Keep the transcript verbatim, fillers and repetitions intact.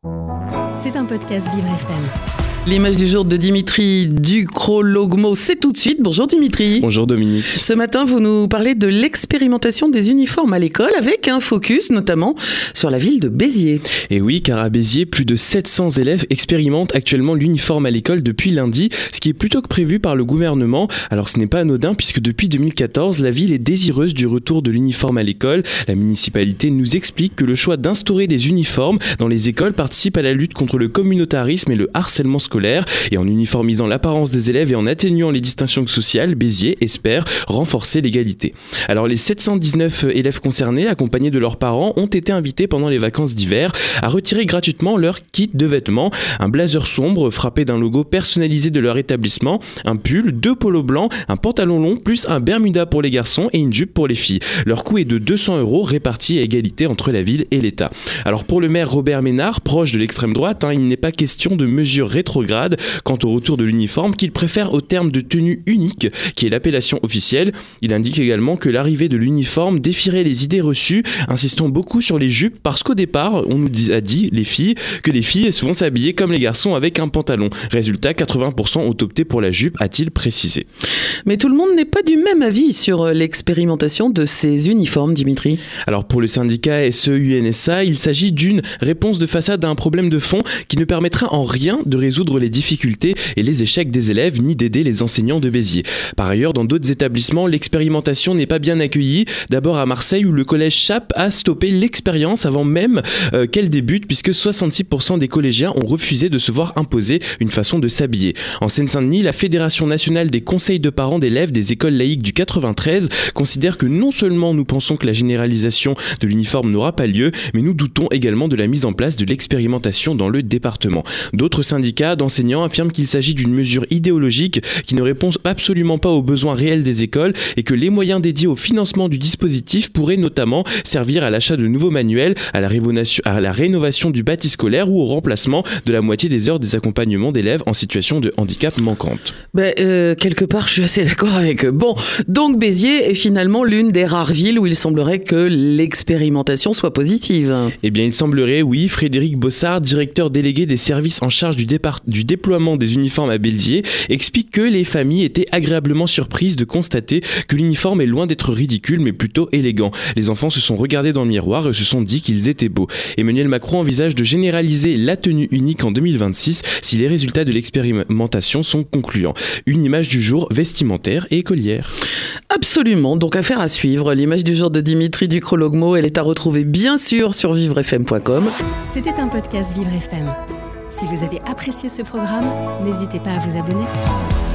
C'est un podcast Vivre F M. L'image du jour de Dimitri Ducrologmo, c'est tout de suite. Bonjour Dimitri. Bonjour Dominique. Ce matin, vous nous parlez de l'expérimentation des uniformes à l'école avec un focus notamment sur la ville de Béziers. Et oui, car à Béziers, plus de sept cents élèves expérimentent actuellement l'uniforme à l'école depuis lundi, ce qui est plutôt que prévu par le gouvernement. Alors ce n'est pas anodin puisque depuis deux mille quatorze, la ville est désireuse du retour de l'uniforme à l'école. La municipalité nous explique que le choix d'instaurer des uniformes dans les écoles participe à la lutte contre le communautarisme et le harcèlement scolaire. Et en uniformisant l'apparence des élèves et en atténuant les distinctions sociales, Béziers espère renforcer l'égalité. Alors les sept cent dix-neuf élèves concernés, accompagnés de leurs parents, ont été invités pendant les vacances d'hiver à retirer gratuitement leur kit de vêtements, un blazer sombre frappé d'un logo personnalisé de leur établissement, un pull, deux polos blancs, un pantalon long, plus un bermuda pour les garçons et une jupe pour les filles. Leur coût est de deux cents euros répartis à égalité entre la ville et l'État. Alors pour le maire Robert Ménard, proche de l'extrême droite, hein, il n'est pas question de mesures rétrogrades quant au retour de l'uniforme qu'il préfère au terme de tenue unique, qui est l'appellation officielle. Il indique également que l'arrivée de l'uniforme défierait les idées reçues, insistant beaucoup sur les jupes parce qu'au départ, on nous a dit, les filles, que les filles vont s'habiller comme les garçons avec un pantalon. Résultat, quatre-vingts pour cent ont opté pour la jupe, a-t-il précisé. Mais tout le monde n'est pas du même avis sur l'expérimentation de ces uniformes, Dimitri. Alors pour le syndicat S E U N S A, il s'agit d'une réponse de façade à un problème de fond qui ne permettra en rien de résoudre les difficultés et les échecs des élèves, ni d'aider les enseignants de Béziers. Par ailleurs, dans d'autres établissements, l'expérimentation n'est pas bien accueillie. D'abord à Marseille, où le collège Chappe a stoppé l'expérience avant même euh, qu'elle débute, puisque soixante-six pour cent des collégiens ont refusé de se voir imposer une façon de s'habiller. En Seine-Saint-Denis, la Fédération nationale des conseils de parents d'élèves des écoles laïques du quatre-vingt-treize considère que non seulement nous pensons que la généralisation de l'uniforme n'aura pas lieu, mais nous doutons également de la mise en place de l'expérimentation dans le département. D'autres syndicats d'enseignants affirment qu'il s'agit d'une mesure idéologique qui ne répond absolument pas aux besoins réels des écoles et que les moyens dédiés au financement du dispositif pourraient notamment servir à l'achat de nouveaux manuels, à la, rénovation, à la rénovation du bâti scolaire ou au remplacement de la moitié des heures des accompagnements d'élèves en situation de handicap manquante. Ben, euh, quelque part, je suis assez d'accord avec eux. Bon, donc Béziers est finalement l'une des rares villes où il semblerait que l'expérimentation soit positive. Eh bien, il semblerait, oui. Frédéric Bossard, directeur délégué des services en charge du, départ, du déploiement des uniformes à Béziers, explique que les familles étaient agréablement surprises de constater que l'uniforme est loin d'être ridicule, mais plutôt élégant. Les enfants se sont regardés dans le miroir et se sont dit qu'ils étaient beaux. Emmanuel Macron envisage de généraliser la tenue unique en deux mille vingt-six si les résultats de l'expérimentation sont concluants. Une image du jour vestimentaire et écolière. Absolument, donc affaire à suivre. L'image du jour de Dimitri Ducrologmo, elle est à retrouver bien sûr sur vivre f m point com. C'était un podcast Vivre F M. Si vous avez apprécié ce programme, n'hésitez pas à vous abonner.